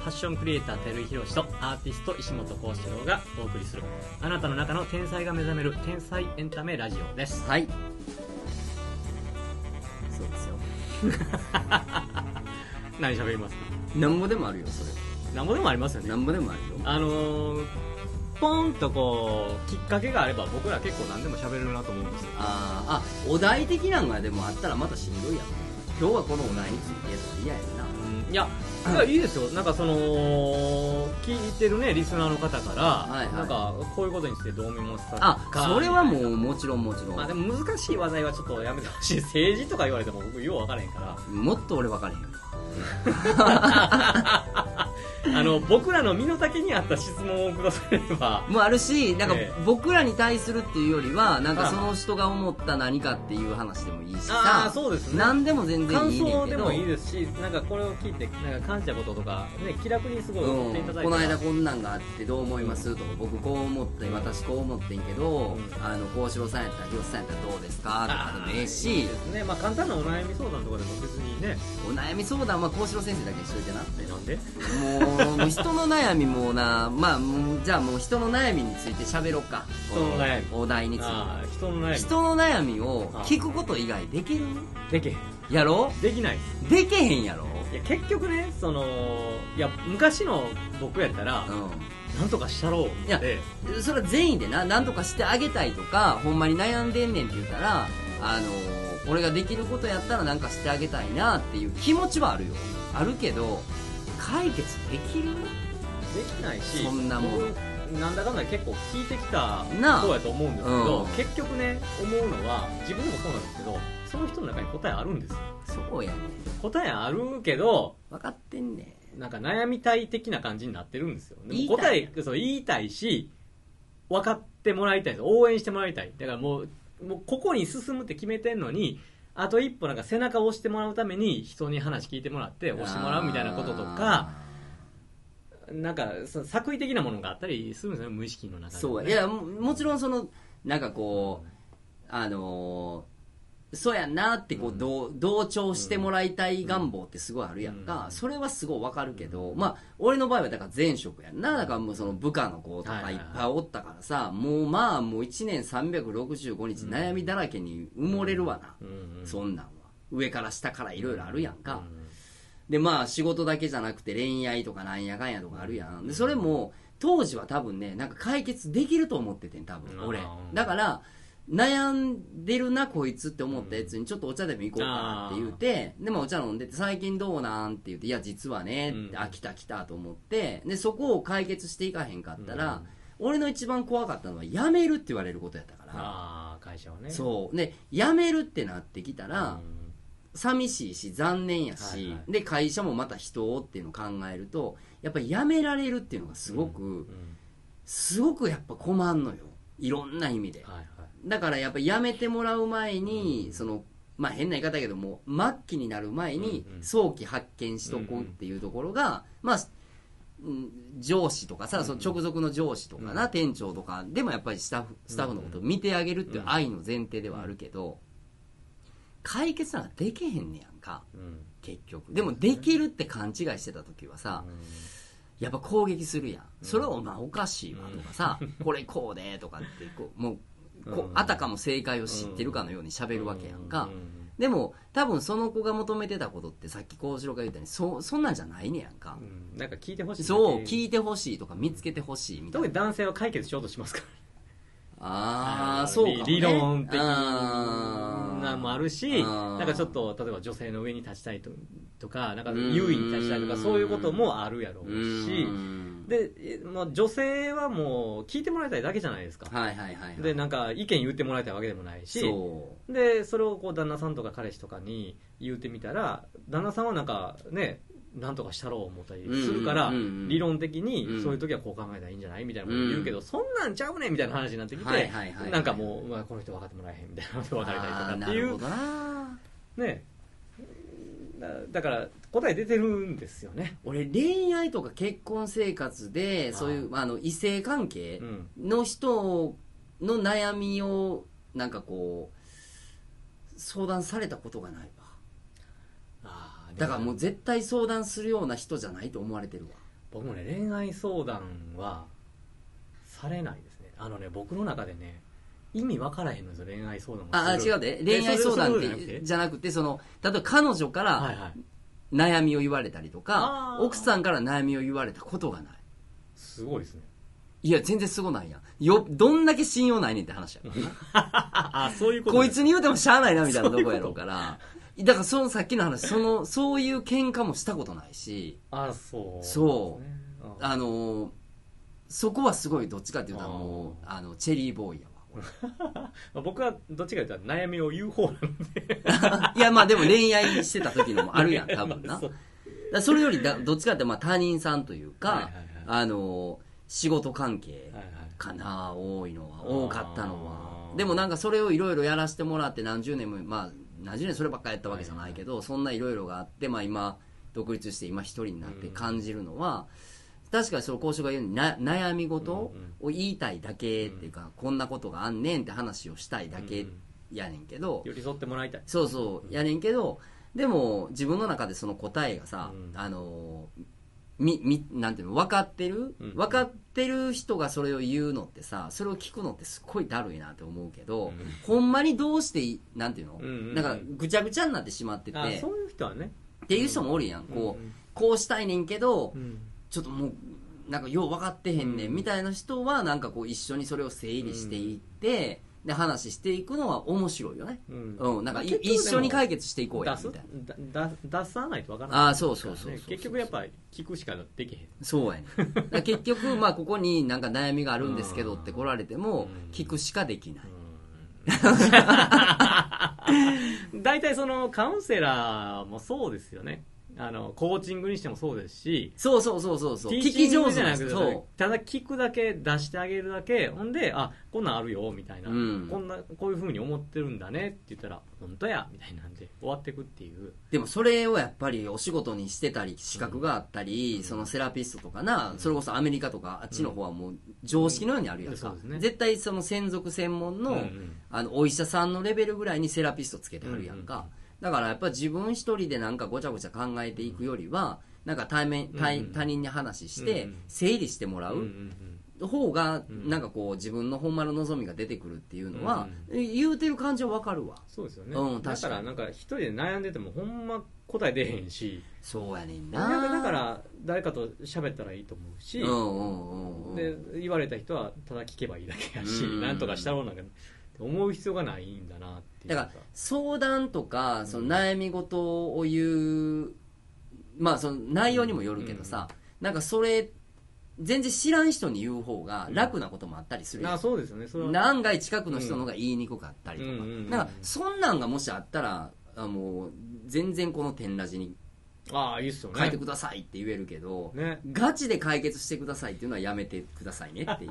ッションクリエイター照井宏とアーティスト石本幸四郎がお送りするあなたの中の天才が目覚める天才エンタメラジオです。 はい、そうですよ。 何喋りますか？ なんぼでもあるよ、それ。 なんぼでもありますよね。 なんぼでもあるよ。 ポンとこうきっかけがあれば僕ら結構何でも喋れるなと思うんですよ。 お題的なのがでもあったらまたしんどいやん。今日はこのお題についてやったら嫌やな。 いやいいですよ。なんかその聞いてるねリスナーの方から、 はいはい、 なんかこういうことについてどう思いますか？ それはもうもちろん。 まあでも難しい話題はちょっとやめてほしい。政治とか言われても僕よう分からへんから。 もっと俺分からへん。 僕らの身の丈に合った質問をくだされればもあるし、なんか僕らに対するっていうよりはなんかその人が思った何かっていう話でもいいしさ、 そうですね、 何でも全然いいねんけど、 感想でもいいですし、なんかこれを聞いてなんか感じたこととか、ね、気楽にすごい思っていただいて、 この間こんなんがあってどう思いますとか、僕こう思って私こう思ってんけど、幸四郎さんやったら広瀬さんやったらどうですかとかでもええし、 ですね、まあ、簡単なお悩み相談とかでも別にね、 お悩み相談は幸四郎先生だけにしといてな。 なんでもう人の悩みもな、まあじゃあもう人の悩みについて喋ろうか。 人の悩み、 お題について。人の悩みを聞くこと以外できる？ できへんやろ？ できないです。 できへんやろ？ いや結局ね、いや昔の僕やったら、なんとかしたろうって。 いやそれは善意でなんとかしてあげたいとか、ほんまに悩んでんねんって言ったら、俺ができることやったらなんかしてあげたいなっていう気持ちはあるよ。あるけど解決できる？ できないし、 そんなもんなんだかんだ結構聞いてきたそうやと思うんですけど、結局ね思うのは、自分でもそうなんですけど、その人の中に答えあるんですよ。 そうやね。 答えあるけど分かってんね。 なんか悩みたい的な感じになってるんですよ。でも答え言いたいし、分かってもらいたい、応援してもらいたい。だからもうここに進むって決めてんのに、あと一歩なんか背中を押してもらうために人に話聞いてもらって押してもらうみたいなこととか、なんか作為的なものがあったりするんですよね、無意識の中で、ね。 そう、いや もちろんなんかこうそうやんなってこう、同調してもらいたい願望ってすごいあるやんか、それはすごいわかるけど、まあ俺の場合はだから前職やんな。だからもうその部下の子とかいっぱいおったからさ、もう1年365日悩みだらけに埋もれるわな、そんなんは上から下からいろいろあるやんか。でまあ仕事だけじゃなくて恋愛とかなんやかんやとかあるやん。でそれも当時は多分ね、なんか解決できると思っててん、多分俺だから、悩んでるなこいつって思ったやつにちょっとお茶でも行こうかなって言うて、でもお茶飲んでて最近どうなんって言って、いや実はね、来たと思って、でそこを解決していかへんかったら、俺の一番怖かったのは辞めるって言われることやったから。 会社はね。 そうで辞めるってなってきたら、寂しいし残念やし、で会社もまた人をっていうのを考えると、やっぱり辞められるっていうのがすごく、すごくやっぱ困んのよ、いろんな意味で。だからやっぱり辞めてもらう前に、まあ変な言い方だけども末期になる前に早期発見しとこうっていうところが、まあ上司とかさ、その直属の上司とかな、店長とかでもやっぱりスタッフのことを見てあげるっていう愛の前提ではあるけど、解決なんかできへんねやんか、結局。でもできるって勘違いしてた時はさ、やっぱ攻撃するやん。それをまあおかしいわとかさ、これこうでとかってもうあたかも正解を知ってるかのように喋るわけやんか。でも多分その子が求めてたことって、さっき幸四郎が言ったようにそんなんじゃないねやんか、 なんか聞いてほしい。 そう聞いてほしいとか見つけてほしいみたいな。 特に男性は解決しようとしますから。 そうかもね、 理論的なのもあるし、なんかちょっと例えば女性の上に立ちたいとか、なんか優位に立ちたいとか、そういうこともあるやろうし、でもう女性はもう聞いてもらいたいだけじゃないですか。でなんか意見言ってもらいたいわけでもないし、でそれをこう旦那さんとか彼氏とかに言ってみたら、旦那さんはなんかね、なんとかしたろう思ったりするから、理論的にそういう時はこう考えたらいいんじゃないみたいなこと言うけど、そんなんちゃうねんみたいな話になってきて、なんかもう、この人分かってもらえへんみたいなので別れたりとかっていうね。だから答え出てるんですよね。 俺恋愛とか結婚生活でそういう異性関係の人の悩みをなんかこう相談されたことがないわ。だからもう絶対相談するような人じゃないと思われてる僕もね恋愛相談はされないですね。僕の中でね意味分からへんのですよ恋愛相談をする。 違うで恋愛相談ってじゃなくて例えば彼女から悩みを言われたりとか、奥さんから悩みを言われたことがない。 すごいですね。 いや全然すごないやん。どんだけ信用ないねんって話やあ、そういうこと。 こいつに言うてもしゃあないなみたいなとこやろうから。だからさっきの話そういう喧嘩もしたことないし。 そう、 そう、そこはすごいどっちかっていうともうチェリーボーイやわ僕はどっちかというと悩みを言う方なんでいやまあでも恋愛してた時のもあるやん多分なそれよりどっちかって他人さんというか、仕事関係かな、多いのは多かったのは。でもなんかそれをいろいろやらせてもらって何十年も何十年そればっかりやったわけじゃないけど、そんないろいろがあって、今独立して今一人になって感じるのは、確かにその講師が言うように悩み事を言いたいだけっていうか、こんなことがあんねんって話をしたいだけやねんけど、 寄り添ってもらいたい。 そうそうやねんけど、でも自分の中でその答えがさ、なんていうの、分かってる人がそれを言うのってさ、それを聞くのってすっごいだるいなって思うけど、ほんまにどうしてなんていうの、なんかぐちゃぐちゃになってしまってて、 そういう人はねっていう人もおるやん。こうしたいねんけど、ちょっともうなんかよう分かってへんねんみたいな人は、なんかこう一緒にそれを整理していって、で話していくのは面白いよね。なんか一緒に解決していこうやみたいな。出さないと分からない。 そう結局やっぱ聞くしかできへん。 そうやね。結局ここになんか悩みがあるんですけどって来られても聞くしかできない。 大体そのカウンセラーもそうですよね。コーチングにしてもそうですし、 そう聞き上手じゃなくて、 ただ聞くだけ出してあげるだけ、ほんでこんなんあるよみたいな、こういう風に思ってるんだねって言ったら本当やみたいなんで終わっていくっていう。 でもそれをやっぱりお仕事にしてたり資格があったり、そのセラピストとかな、それこそアメリカとかあっちの方はもう常識のようにあるやんか、絶対その専属専門の、お医者さんのレベルぐらいにセラピストつけてあるやんか、だからやっぱ自分一人でなんかごちゃごちゃ考えていくよりは、なんか他人に話して整理してもらう方が、なんかこう自分のほんまの望みが出てくるっていうのは、言うてる感じはわかるわ。 そうですよね。だからなんか一人で悩んでてもほんま答え出へんし、 そうやねんな。 だから誰かと喋ったらいいと思うし、で言われた人はただ聞けばいいだけやし、なんとかしたろうなんか思う必要がないんだなっていう。 だから相談とかその悩み事を言う、その内容にもよるけどさ、なんかそれ全然知らん人に言う方が楽なこともあったりするやん。 そうですよね。 案外近くの人の方が言いにくかったりとか、なんかそんなんがもしあったら、もう全然この天ラジにいいっすよね、 書いてくださいって言えるけど、ガチで解決してくださいっていうのはやめてくださいねっていう。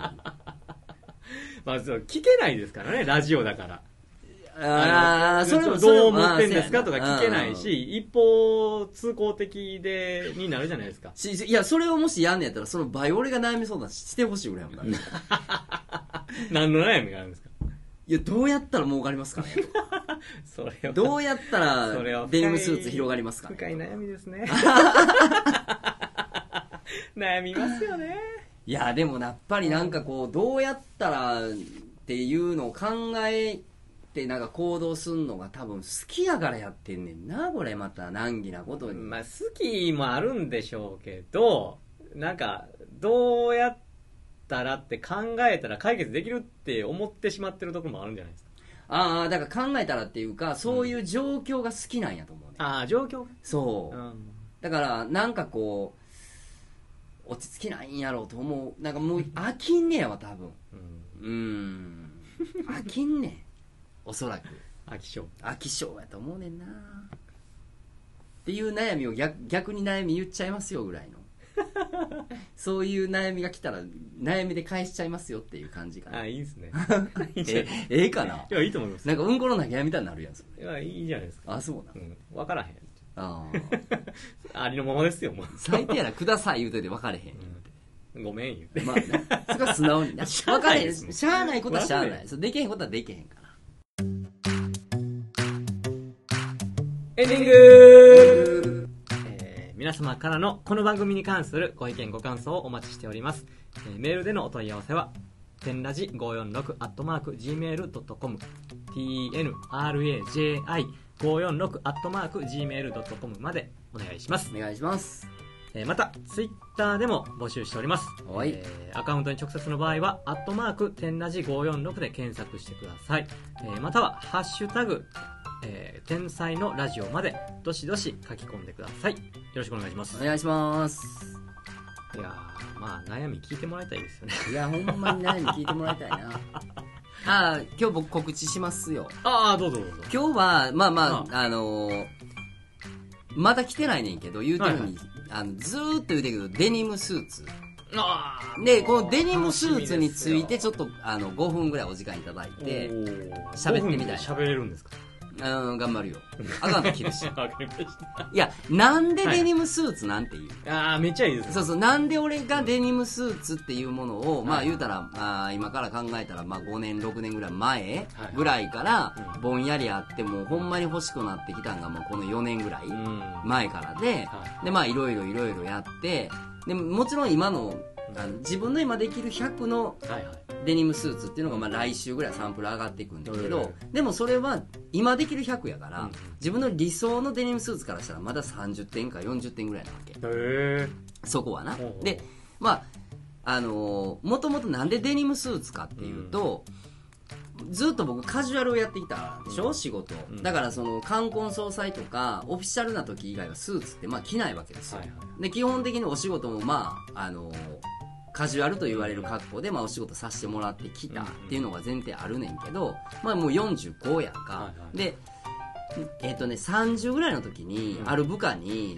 聞けないですからね、ラジオだから。 それもどう思ってんですかとか聞けないし、一方通行的になるじゃないですか。 いや、それをもしやんねやったら、その倍俺が悩み相談してほしいぐらいもんな。 何の悩みがあるんですか。 いや、どうやったら儲かりますかねどうやったらデニムスーツ広がりますかね。 深い悩みですね。悩みますよね。 いや、でもやっぱりなんかこう、どうやったらっていうのを考えてなんか行動すんのが多分好きやからやってんねんな、これまた難儀なことに。 好きもあるんでしょうけど、なんかどうやったらって考えたら解決できるって思ってしまってるところもあるんじゃないですか。 だから考えたらっていうか、そういう状況が好きなんやと思うね。 状況。 そう、だからなんかこう落ち着きないんやろうと思う。なんかもう飽きんねやわ多分。飽きんねん、おそらく飽き性やと思うねんなっていう悩みを逆に悩み言っちゃいますよぐらいのそういう悩みが来たら悩みで返しちゃいますよっていう感じかな。 いいですね。 ええかな。 いや、いいと思います。 なんかうんこの投げ合いみたいになるやん。それいや、いいじゃないですか。 そうな、 分からへん。ありのままですよ、もう。 最低やな、ください言うといて分かれへん、 ごめん言うて。 そこは素直にな。分かれへん。しゃあないことはしゃあない。できへんことはできへんから。エンディング。 皆様からのこの番組に関するご意見ご感想をお待ちしております。メールでのお問い合わせは天ラジ546@gmail.com tenraji546@gmail.com までお願いします。 お願いします。 またツイッターでも募集しております。 はい。 アカウントに直接の場合は天ラジ546で検索してください。またはハッシュタグ天才のラジオまでどしどし書き込んでください。よろしくお願いします。 お願いします。 いやまあ悩み聞いてもらいたいですよね。 いやほんまに悩み聞いてもらいたいな。今日僕告知しますよ。 どうぞ。 今日はまあまだ来てないねんけど言うてるに、ずーっと言うてるけどデニムスーツで、このデニムスーツについてちょっと5分ぐらいお時間いただいて喋ってみたい。 喋れるんですか？ 頑張るよ。あかんと切るし。いや、なんでデニムスーツなんていう。 めっちゃいいですね。 そう、なんで俺がデニムスーツっていうものを、まあ言うたら、今から考えたら、まあ5年、6年ぐらい前ぐらいから、ぼんやりあって、もうほんまに欲しくなってきたんが、もうこの4年ぐらい前からで、で、まあいろいろやって、でもちろん今の、自分の今できる100のデニムスーツっていうのがまあ来週ぐらいサンプル上がっていくんだけど、でもそれは今できる100やから、自分の理想のデニムスーツからしたらまだ30点か40点ぐらいなわけ。そこはな。で、まあもともとなんでデニムスーツかっていうと、ずっと僕カジュアルをやってきたでしょ、仕事。だからその冠婚葬祭とかオフィシャルな時以外はスーツってまあ着ないわけですよ。で基本的にお仕事もまあカジュアルと言われる格好でまあお仕事させてもらってきたっていうのが前提あるねんけど、まあもう45やんか。で30ぐらいの時にある部下に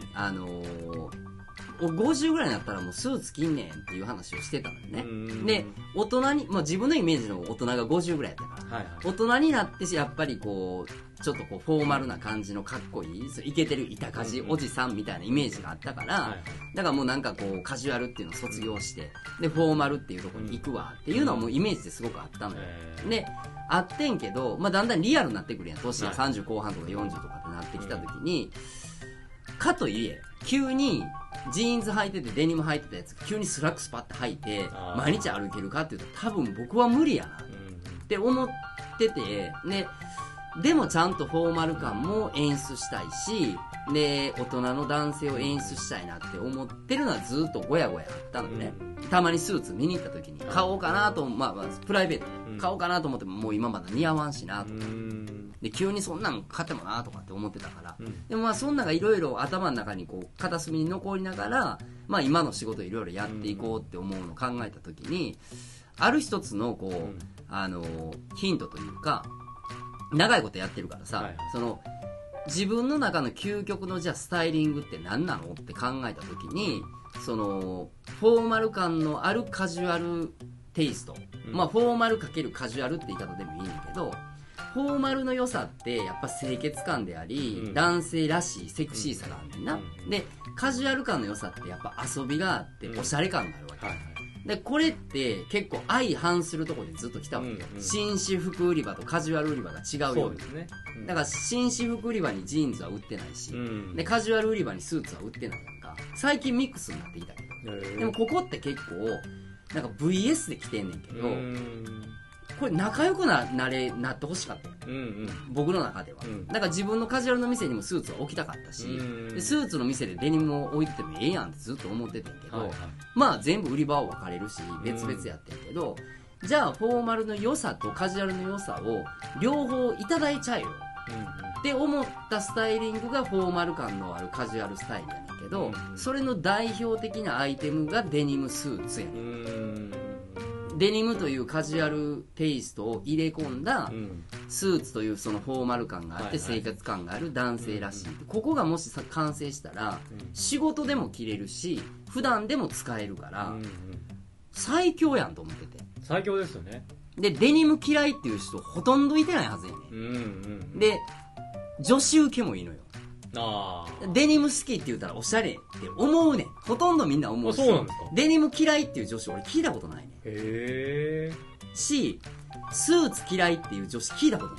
50ぐらいになったらもうスーツ着んねんっていう話をしてたのよね。で大人に、まあ、自分のイメージの大人が50ぐらいやったから、大人になってやっぱりこうちょっとこうフォーマルな感じのかっこいいイケてる板かじおじさんみたいなイメージがあったから、だからもうなんかこうカジュアルっていうのを卒業してでフォーマルっていうところに行くわっていうのはもうイメージですごくあったのよ。であってんけど、まあ、だんだんリアルになってくるやん。年が30後半とか40とかってなってきた時に、かといえ急にジーンズ履いててデニム履いてたやつが急にスラックスパッて履いて毎日歩けるかっていうと多分僕は無理やなって思ってて、でもちゃんとフォーマル感も演出したいし、で大人の男性を演出したいなって思ってるのはずっとごやごやあったのね。たまにスーツ見に行った時に買おうかなと、まあプライベートで買おうかなと思ってももう今まだ似合わんしなとか、で急にそんなん買ってもなとかって思ってたから、でもまあそんなんがいろいろ頭の中にこう片隅に残りながら、まあ今の仕事いろいろやっていこうって思うのを考えた時に、ある一つのこう、ヒントというか、長いことやってるからさ、その自分の中の究極のじゃあスタイリングって何なのって考えた時に、そのフォーマル感のあるカジュアルテイスト、まあフォーマル×カジュアルって言い方でもいいんだけど、フォーマルの良さってやっぱ清潔感であり、男性らしいセクシーさがあるねんな。でカジュアル感の良さってやっぱ遊びがあっておしゃれ感があるわけ、でこれって結構相反するところでずっと来たわけよ、紳士服売り場とカジュアル売り場が違うように。だから紳士服売り場にジーンズは売ってないし、でカジュアル売り場にスーツは売ってないやんか。最近ミックスになってきたけど、でもここって結構なんか VS で着てんねんけど、これ仲良くなってほしかったよ、僕の中では、だから自分のカジュアルの店にもスーツは置きたかったし、でスーツの店でデニムを置いててもええやんってずっと思っててんけど、まあ全部売り場は分かれるし別々やってんけど、じゃあフォーマルの良さとカジュアルの良さを両方いただいちゃえよ、って思ったスタイリングがフォーマル感のあるカジュアルスタイルやねんけど、それの代表的なアイテムがデニムスーツやねん。デニムというカジュアルテイストを入れ込んだスーツというそのフォーマル感があって生活感がある男性らしい、ここがもし完成したら仕事でも着れるし普段でも使えるから最強やんと思ってて。 最強ですよね。 でデニム嫌いっていう人ほとんどいてないはずやね、で女子受けもいいのよ。デニム好きって言ったらおしゃれって思うねん。ほとんどみんな思うし。そうなんですか。デニム嫌いっていう女子俺聞いたことないねん。しスーツ嫌いっていう女子聞いたことないね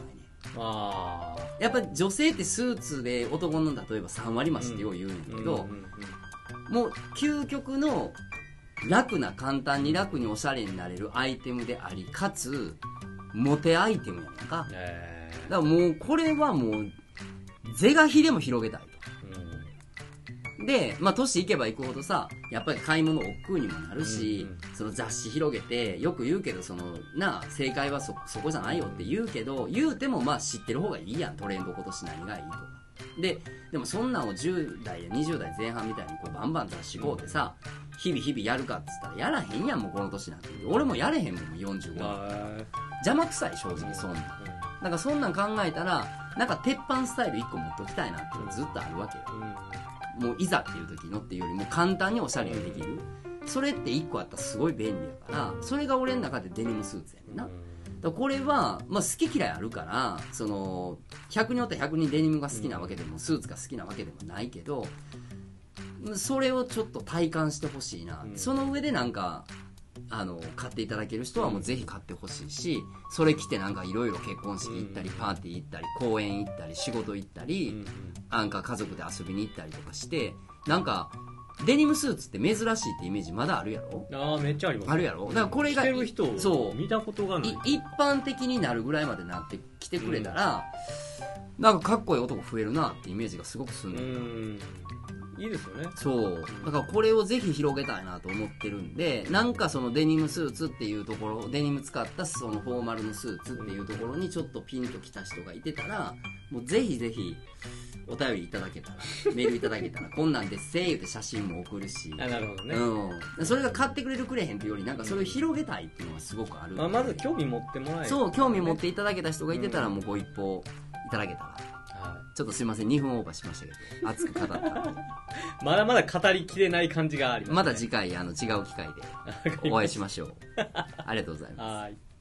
やっぱり女性ってスーツで男の例えば3割増しってよう言うんやけど、もう究極の楽な簡単に楽におしゃれになれるアイテムであり、かつモテアイテムやねんか。だからもうこれはもう是が非でも広げたいと。で、まあ年いけばいくほどさ、やっぱり買い物億劫にもなるし、その雑誌広げて、よく言うけど、その正解はそこじゃないよって言うけど、言うてもまあ知ってる方がいいやん、トレンド今年何がいいとか。でもそんなんを10代や20代前半みたいにこうバンバン雑誌こうってさ、日々やるかっつったらやらへんやん、もうこの年なんて。俺もやれへんもん、45年。邪魔くさい、正直そんなん。なんかそんなん考えたら、なんか鉄板スタイル1個持っときたいなっていうのがずっとあるわけよ。もういざっていう時のっていうよりも簡単におしゃれにできる。それって1個あったらすごい便利やから、それが俺の中でデニムスーツやねんな。だからこれは、まあ、好き嫌いあるから、その100人おったら100人デニムが好きなわけでも、スーツが好きなわけでもないけど、それをちょっと体感してほしいな。その上でなんか買っていただける人はもうぜひ買ってほしいし、それ着てなんかいろいろ結婚式行ったり、パーティー行ったり、公園行ったり、仕事行ったり、なんか家族で遊びに行ったりとかして、なんかデニムスーツって珍しいってイメージまだあるやろ。 めっちゃあります。 あるやろ。だからこれが着てる人そう見たことがない。 一般的になるぐらいまでなってきてくれたら、なんかかっこいい男増えるなってイメージがすごくするんだよ。 いいですよね。 そうだからこれをぜひ広げたいなと思ってるんで、なんかそのデニムスーツっていうところ、デニム使ったそのフォーマルのスーツっていうところにちょっとピンときた人がいてたら、もうぜひぜひお便りいただけたら、メールいただけたら、こんなんですせー言って写真も送るし、 なるほどね。 それが買ってくれるくれへんというより、なんかそれを広げたいっていうのがすごくある。 まず興味持ってもらえる、 そう、興味持っていただけた人がいてたら、もうご一報いただけたら。ちょっとすいません、2分オーバーしましたけど、熱く語ったまだまだ語りきれない感じがありますね。 また次回違う機会でお会いしましょう。ありがとうございます。